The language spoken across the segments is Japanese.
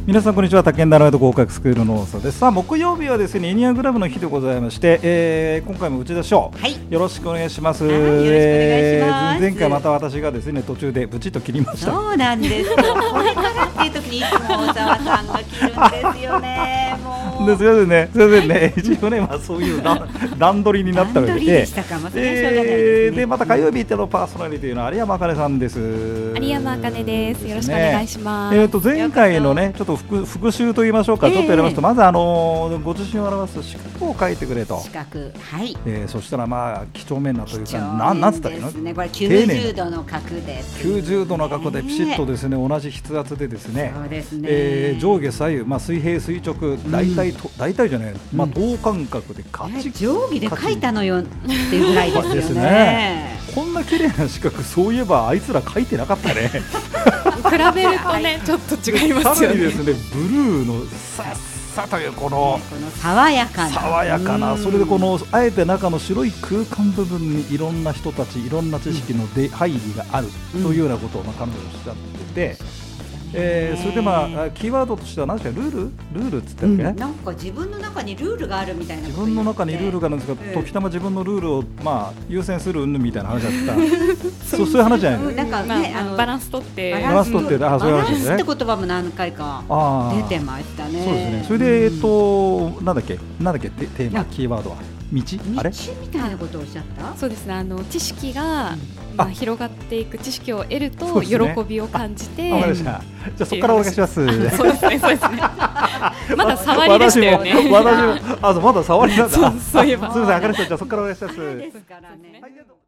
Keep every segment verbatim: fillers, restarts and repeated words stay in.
皆さんこんにちは。宅建ダイナマイト合格スクールの大沢です。さあ木曜日はですねエニアグラムの日でございまして、えー、今回も内田翔、はい、よろしくお願いします。 はい、よろしくお願いします、えー、 前回また私がですね途中でブチッと切りました。 そうなんですよ。これからっていう時にいつも大沢さんが切るんですよね。もうですよね。すいませんね。一応ね、まあそういう段取りになったので、 でしたか、まあ、 えー、でまた火曜日のパーソナリティの有山茜さんです。 有山茜です。よろしくお願いします。 えーと前回のねちょっと復復習と言いましょうか、えー、ちょっとやりますと、まずあのご自身を表す四角を書いてくれと。 四角、はい。 えー、そしたらまあ几帳面なというか、 なんなんつったらいいの？ ね、これきゅうじゅうどの角です、ね。 きゅうじゅうどの角でピシッとですね同じ筆圧でですね。 そうですね。 えー、上下左右まあ水平垂直大体と、うん、大体じゃない、まあ等間隔でカチッ、 定規で書いたのよっていうぐらいですよね。ですね。 こんな綺麗な四角、そういえばあいつら書いてなかったね。 比べるとねちょっと違いますよね。 さらにですねブルーのさっさというこの、 この爽やかな爽やかな、それでこのあえて中の白い空間部分にいろんな人たちいろんな知識の出入りがあるというようなことをまあ彼女はおっしゃってて。えー、それでまあキーワードとしては何ですか、ルールルールっつってるっけ、うん、 なんか自分の中にルールがあるみたいなこと。 自分の中にルールがあるんですが、えー、時たま自分のルールをまあ優先するうんぬみたいな話だったそうそういう話じゃないの、 なんかね、 まあ、あのバランス取ってバランス取ってあそういう話ですね。バランスって言葉も何回か出てましたね。 そうですね。それで、うん、えっとなんだっけなんだっけテーマキーワードは道あれ道みたいなことをおっしゃった。 そうですね。あの知識が、うんまあ、広がっていく、知識を得ると喜びを感じて。 わかりました。じゃあそこからお願いします。 そうですね、そうですね。まだ触りでしたよね。 私も、私も、あ、まだ触りなんだ。 そう、そういえば。 すみません、あかりさん、じゃあそこからお願いします。 ですからね。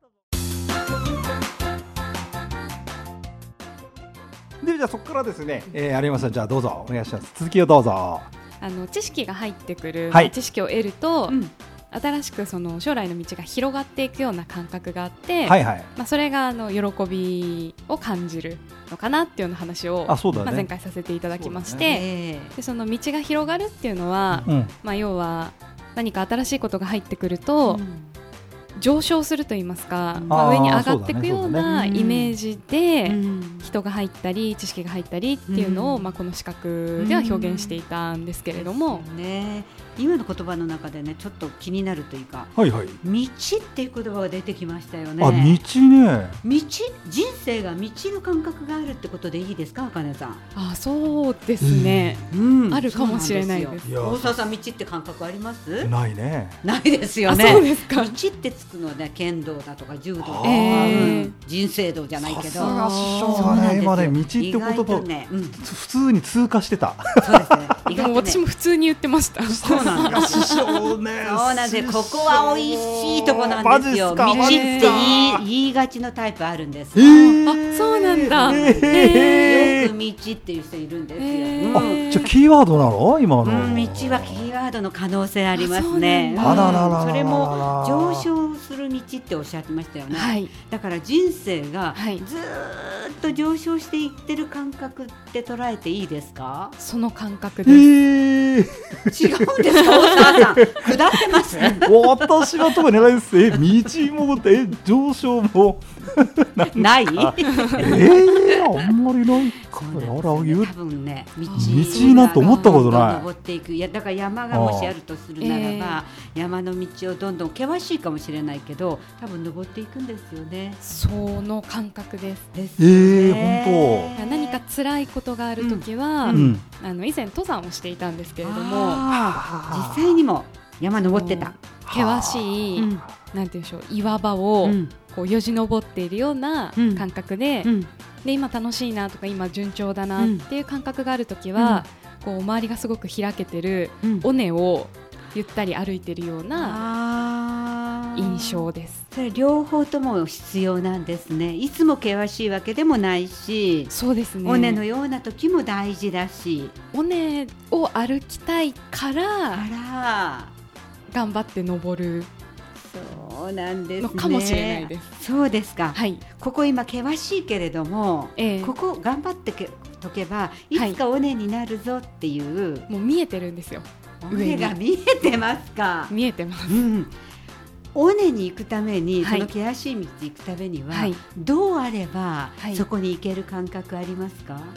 で、じゃあそこからですね、えー、有山さん、じゃあどうぞお願いします。続きをどうぞ。 あの知識が入ってくる、 はい、 知識を得ると。 うん新しくその将来の道が広がっていくような感覚があって、 はいはい、 まあ、それがあの喜びを感じるのかなっていうような話を、 あ、そうだね、 まあ、前回させていただきまして、 ね、 でその道が広がるっていうのは、 うんまあ、要は何か新しいことが入ってくると、うん、上昇するといいますか、うんまあ、上に上がっていくようなイメージで人が入ったり知識が入ったりっていうのを、まあ、この四角では表現していたんですけれども、 うんね、今の言葉の中でねちょっと気になるというか、 はいはい、 道っていう言葉が出てきましたよね。 あ、道ね。 道、人生が道の感覚があるってことでいいですか、茜さん。 あ、そうですね、うん、あるかもしれないです。 大沢さん、道って感覚あります？ ないね。 ないですよね。 そうですか。 道ってつくのはね、剣道だとか柔道とか、 えー、 人生道じゃないけど、 さすが師匠ね、今ね道って言葉、ねうん、普通に通過してた。 そうですね。 でも私も普通に言ってました。 そうなんです。 師匠ね。 そうなんです。ここは美味しいとこなんですよ。道って言い、言いがちのタイプあるんです。 えー、あ、そうなんだ。 えー、よく道っていう人いるんですよ。 えーうん、じゃあキーワードなの今の、うん、 道はキーワードの可能性ありますね。 あららら、 それも上昇する道っておっしゃってましたよね。 はい、 だから人生がはい、 ずーっと上昇していってる感覚って捉えていいですか？ その感覚です。 えー、 違うんですか、大沢さん。下ってます。 私は特にないです。え、道もえ上昇もない。えー、あんまりないか。あら、言う。 多分ね、道なんて思ったことない。 登っていく。いや、だから山がもしあるとするならば、えー、山の道をどんどん険しいかもしれないけど、多分登っていくんですよね。 その感覚です。 ですね。 えー、本当。 何か辛いことがあるときは、うん、あの以前登山をしていたんですけれども、 実際にも山登ってた。 険しい、うん、なんていうんでしょう、岩場を、うん、こうよじ登っているような感覚で、うん、で今楽しいなとか今順調だなっていう感覚があるときは、こう周りがすごく開けてる尾根をゆったり歩いているような印象です。 それ両方とも必要なんですね。いつも険しいわけでもないし、 そうですね、 尾根のような時も大事だし、 尾根を歩きたいからから頑張って登るそうなんですね。 のかもしれないです。 そうですか、 はい、 ここ今険しいけれども、えー、ここ頑張ってとけばいつか尾根になるぞっていう、 はい、もう見えてるんですよ。 尾根が見えてますか？ 見えてます、 うん、尾根に行くために、はい、その険しい道行くためには、はい、どうあれば、はい、そこに行ける感覚ありますか？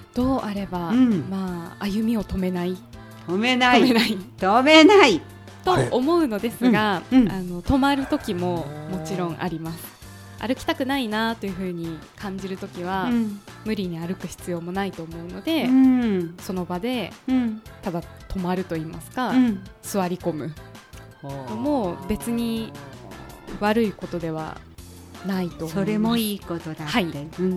どうあれば、 うんまあ、歩みを止めない止めない止めない止めないと思うのですが、 うんうんあの止まる時ももちろんあります。歩きたくないなというふうに感じるときは、 うん無理に歩く必要もないと思うので、 うんその場でうんただ止まると言いますか、 うん座り込むのも別に悪いことではないと思います。 それもいいことだって、 はいうん、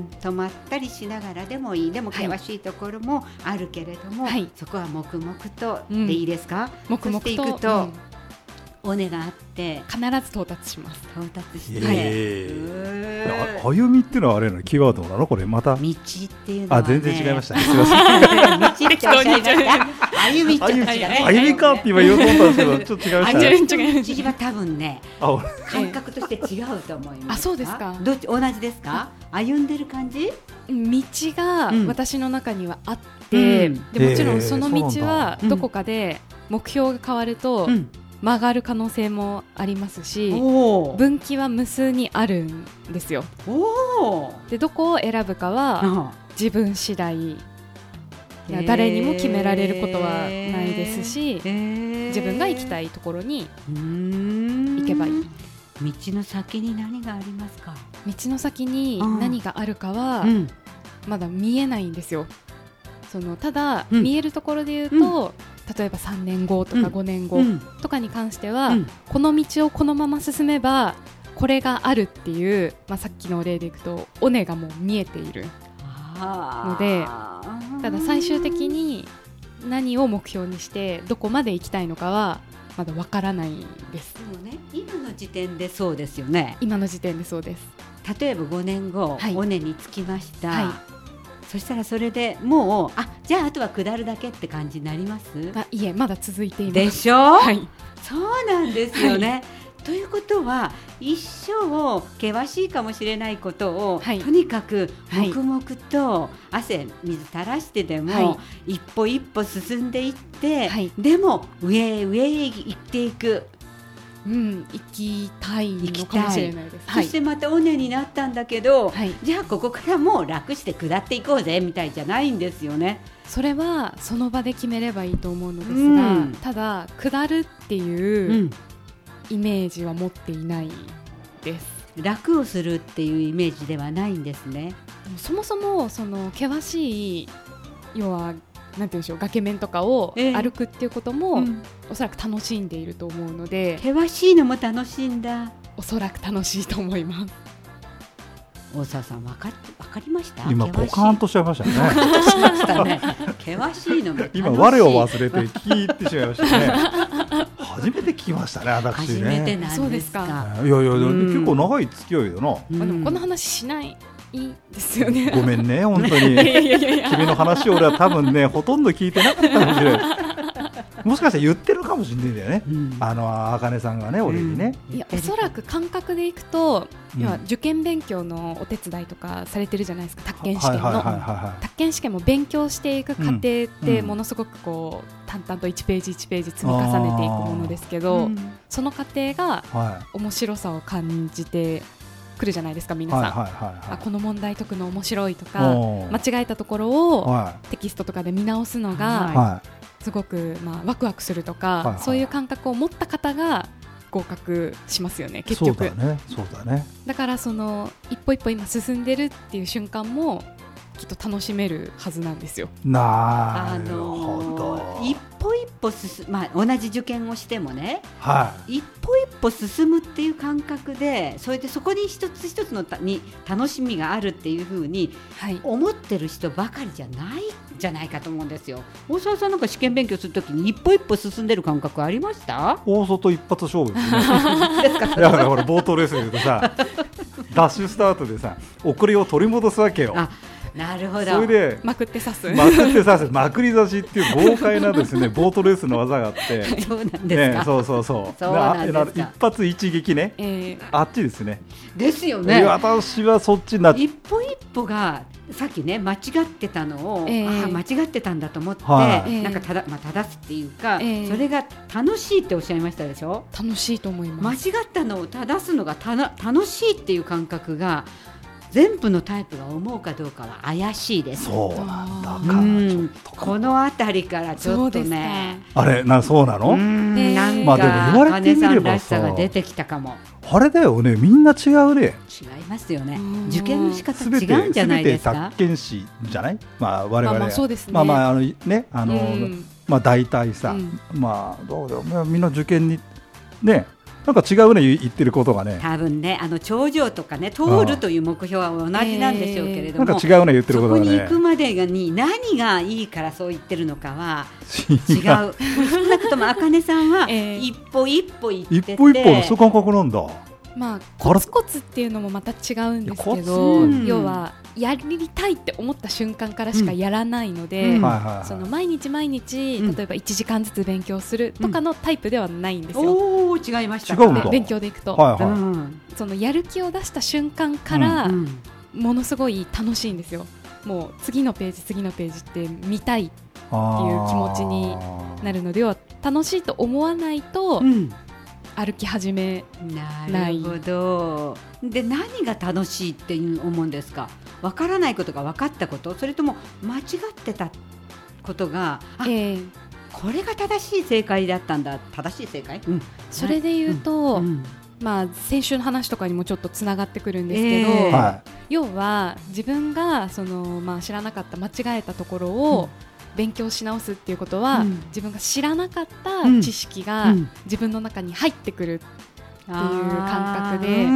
止まったりしながらでもいい。でも険しいところもあるけれども、 はいそこは黙々とうんでいいですか、 黙々とそしていくと、 うん尾根があって必ず到達します。 到達して、 へうーー歩みっていうのはあれなのキーワードなのこれまた。 道っていうのは、 あ、 ね、 全然違いましたね。すみません。 道っておっしゃいました歩みっておっしゃいましたね。 歩みかって今言おうと思ったんですけど、ちょっと違いましたね。 あ違う違う道は多分ね、 あ、俺感覚として違うと思います。 あそうですかどっち同じですか？歩んでる感じ？ 道がうん私の中にはあって、 うんでもちろへーんその道そうなんだはどこかで目標が変わるとうん曲がる可能性もありますし、 おー分岐は無数にあるんですよ。 おーでどこを選ぶかはあ自分次第、 へー誰にも決められることはないですし、 自自分が行きいたいところに行行けばいい。 道の先に何がありますか？ 道の先に何があるかはうんまだ見えないんですよ。そのただ、 うん見えるところで言うと、例えばさんねんごとかごねんごうんとかに関しては、 うんこの道をこのまま進めばこれがあるっていう、まあ、さっきの例でいくと尾根がもう見えている。のでただ最終的に何を目標にしてどこまで行きたいのかはまだわからないです。 でもね、今の時点でそうですよね。 今の時点でそうです。 例えばごねんご、 はい尾根に着きました、 はいそしたらそれでもうあじゃああとは下るだけって感じになります？ あいえまだ続いています。 でしょ、 はいそうなんですよね、ということは一生険しいかもしれないことを、 はいとにかくはい黙々と汗水垂らしてでも、 は一歩一歩進んでいって、 はいでも上へ上へ行っていく、 うん行きたい行きたいのかもしれないです。 そしてまた尾根になったんだけど、 はいじゃあここからもう楽して下っていこうぜみたいじゃないんですよね。 それはその場で決めればいいと思うのですが、 うんただ下るっていうイメージは持っていないです。 楽をするっていうイメージではないんですね。 そもそもその険しい要はなんていうんでしょう崖面とかをええ歩くっていうことも、 うんおそらく楽しんでいると思うので、 険しいのも楽しいんだ。 おそらく楽しいと思います。 大沢さん分かっ分かりました？ 今ポカーンとしちゃいましたね。 しましたね。険しいのも楽しい。 今我を忘れて聞いてしまいましたね。初めて聞きましたね、私初めてね。 なんですか。 いやいや、 うん結構長い付き合いだな。 うんまあ、でもこの話しないですよね。 ごめんね、本当に。 いやいやいやいや君の話を俺は多分ね、ほとんど聞いてなかったかもしれない。もしかしたら言ってるかもしれないんだよね。 うんあの茜さんがね、俺にね。 いやおそらく感覚でいくと、 うん要は受験勉強のお手伝いとかされてるじゃないですか、宅建試験のはいはいはいは宅建試験も勉強していく過程ってうんものすごくこう淡々といちページいちページ積み重ねていくものですけど、 うんその過程がい。は面白さを感じてくるじゃないですか、 い。 皆さん、 はいはいはいあはこの問題解くの面白いとい。 かおー間違えたところをはテキストとかで見直すのはがはすごく、まあ、ワクワクするとか、 はいはいそういう感覚を持った方が合格しますよね、 い。 結そう局だね。そうだね。 だからその一歩一歩今進んでるっていう瞬間もきっと楽しめるはずなんですよ。 なあるほのど。 ー一歩一歩進む、まあ、同じ受験をしてもね、 は一歩一歩進むっていう感覚で、それでそこに一つ一つのたに楽しみがあるっていう風にはい、 思ってる人ばかりじゃないんじゃないかと思うんですよ。大沢さんなんか試験勉強するときに一歩一歩進んでる感覚ありました？ い。大外一発勝負ですね。 ですか？ だからほら冒頭レースで言うとさ、ダッシュスタートでさ、遅れを取り戻すわけよ。 あ、なるほど。 それでまくって刺す、 まくってさせまくり刺しっていう豪快なですねボートレースの技があって、 そうなんですか。 ね、そうそうそう。 そうなんですかであ一発一撃ね。 えーあっちですね。 ですよでね。 私はそっちになっ一歩一歩がさっきね間違ってたのを、 えーあ間違ってたんだと思って、 はいなんかただ、まあ、正すっていうか、 えーそれが楽しいっておっしゃいましたでしょ。 楽しいと思います。 間違ったのを正すのがたな楽しいっていう感覚が全部のタイプが思うかどうかは怪しいです。 そうなんだから、うん、 このあたりからちょっとね、 あれなそうなの？ うん、なんか、まあ、あかねさんらしさが出てきたかも。 あれだよね、みんな違うね。 違いますよね。受験の仕方違うんじゃないですか。 すべて宅建士じゃない？まあ我々は、 まあ、そうですね。 まあまああのね、あの、うん、まあ大体さ、うん、まあどうだよ、まあ、みんな受験にね。なんか違うね、言ってることがね。 多分ね、あの頂上とかね、通るという目標は同じなんでしょうけれども、 なんか違うね、言ってることがね。 そこに行くまでに何がいいからそう言ってるのかは違う。少なくともあかねさんは一歩一歩行ってて、 一歩一歩のそういう感覚なんだ。 まあ、コツコツっていうのもまた違うんですけど、うん、要はやりたいって思った瞬間からしかやらないので、うん、その毎日毎日、うん、例えばいちじかんずつ勉強するとかのタイプではないんですよ。 おー、違いました。 違うんだ。 勉強でいくと、 はいはい、 そのやる気を出した瞬間からものすごい楽しいんですよ。もう次のページ次のページって見たいっていう気持ちになるので、は楽しいと思わないと、うん歩き始めない。 なるほど。で、何が楽しいって思うんですか？分からないことが分かったこと、それとも間違ってたことが、あ、えー、これが正しい正解だったんだ。正しい正解、うん、 それで言うと、うんうん、まあ、先週の話とかにもちょっとつながってくるんですけど、えー、要は自分がその、まあ、知らなかった間違えたところを、うん勉強し直すっていうことは、うん、自分が知らなかった知識が、うん、自分の中に入ってくるっていう感覚で、うん、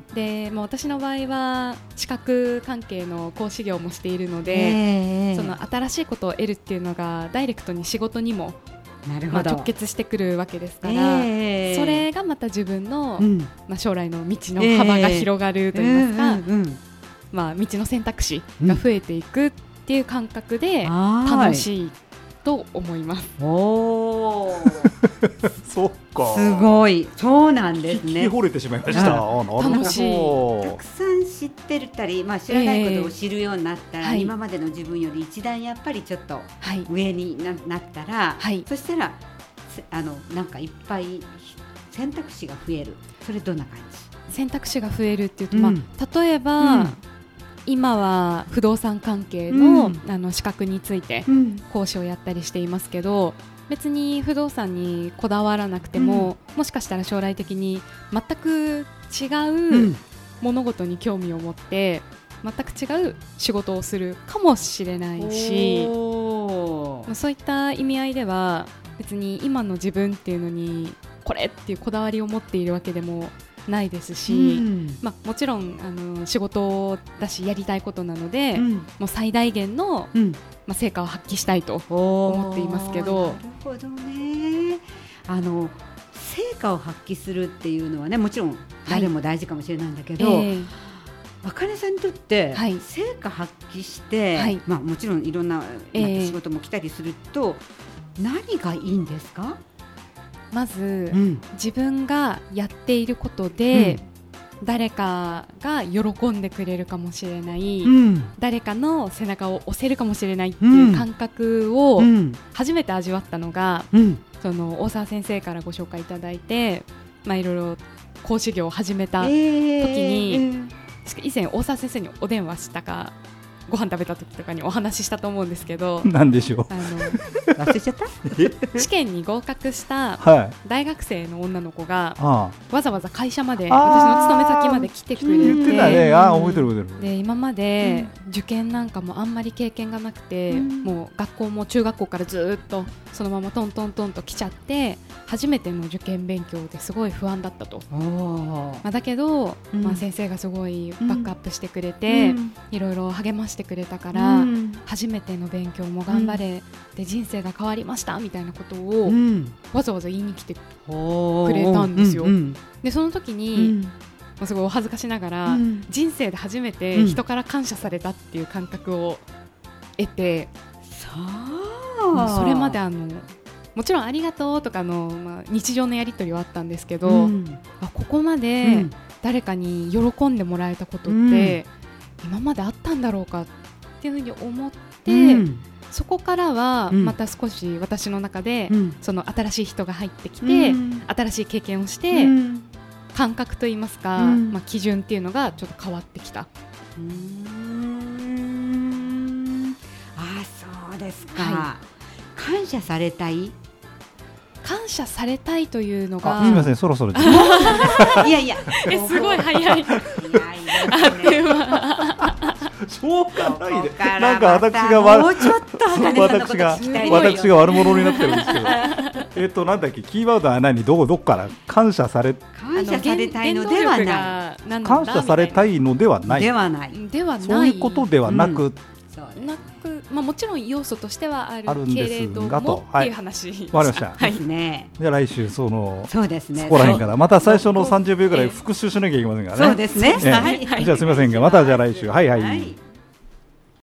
でもう私の場合は資格関係の講師業もしているので、えー、その新しいことを得るっていうのがダイレクトに仕事にもまあ、直結してくるわけですから、えー、それがまた自分の、うんまあ、将来の道の幅が広がるといいますか、えーうんうんうんまあ、道の選択肢が増えていくっていう感覚で楽しいと思います。 おそっか、 すごい、そうなんですね。 聞き惚れてしまいました。 楽しい。 たくさん知ってたり、まあ、知らないことを知るようになったら、えー、今までの自分より一段やっぱりちょっと上に な,、はい、なったら、はい、そしたらあのなんかいっぱい選択肢が増える。それどんな感じ？ 選択肢が増えるっていうと、うんまあ、例えば、うん今は不動産関係 の,、うん、あの資格について講師をやったりしていますけど、うん、別に不動産にこだわらなくても、うん、もしかしたら将来的に全く違う物事に興味を持って全く違う仕事をするかもしれないし、そういった意味合いでは別に今の自分っていうのにこれっていうこだわりを持っているわけでもないですし、うんまあ、もちろんあの仕事だしやりたいことなので、うん、もう最大限の、うんまあ、成果を発揮したいと思っていますけど。 なるほどね。あの成果を発揮するっていうのはね、もちろん誰も大事かもしれないんだけど、はいえー、あかねさんにとって成果発揮して、はいまあ、もちろんいろんな、えー、仕事も来たりすると何がいいんですか？ まず、うん、自分がやっていることで、うん、誰かが喜んでくれるかもしれない、うん、誰かの背中を押せるかもしれないっていう感覚を初めて味わったのが、うん、その大沢先生からご紹介いただいて、まあ、いろいろ講師業を始めた時に、えー、以前大沢先生にお電話したかご飯食べた時とかにお話ししたと思うんですけど、 なんでしょう、 あの忘れちゃった試験に合格した大学生の女の子が、はい、わざわざ会社まで私の勤め先まで来てくれて、 言ってたね、あ覚えてる覚えてる。 で今まで受験なんかもあんまり経験がなくて、うん、もう学校も中学校からずっとそのままトントントンと来ちゃって初めての受験勉強ですごい不安だったと。まあ、だけど、うんまあ、先生がすごいバックアップしてくれて、うん、いろいろ励ましてくれたから、うん、初めての勉強も頑張れ、うん、で人生が変わりましたみたいなことを、うん、わざわざ言いに来てくれたんですよ。うんうん、でその時に、うん、すごいお恥ずかしながら、うん、人生で初めて人から感謝されたっていう感覚を得て、 うん、 それまであのもちろんありがとうとかの、まあ、日常のやり取りはあったんですけど、うん、あここまで誰かに喜んでもらえたことって、うん、今まであったんだろうかっていうふうに思って、うん、そこからはまた少し私の中で、うん、その新しい人が入ってきて、うん、新しい経験をして、うん、感覚といいますか、うんまあ、基準っていうのがちょっと変わってきたうーん、あ、そうですか、はい、感謝されたい感謝されたいというのが、 すみません、そろそろいやいやえすごい早い早いですね。 しょうがないで、なんか私が悪もうちょっと私が私が悪者になってるんですけどえっとなんだっけ、キーワードは何、どこどこから感謝され感謝されたいのではない、 感謝されたいのではないではないではない、 そういうことではなく、うんなく、まあ、もちろん要素としてはあるけれどもと、 っていう話、 わかりました、 はいね、 じゃあ来週そのそうですね、 そこら辺からまた最初のさんじゅうびょうぐらい復習しなきゃいけませんからね。 そうですね、 はい、じゃあすみませんが、またじゃあ来週、はいはい。はい。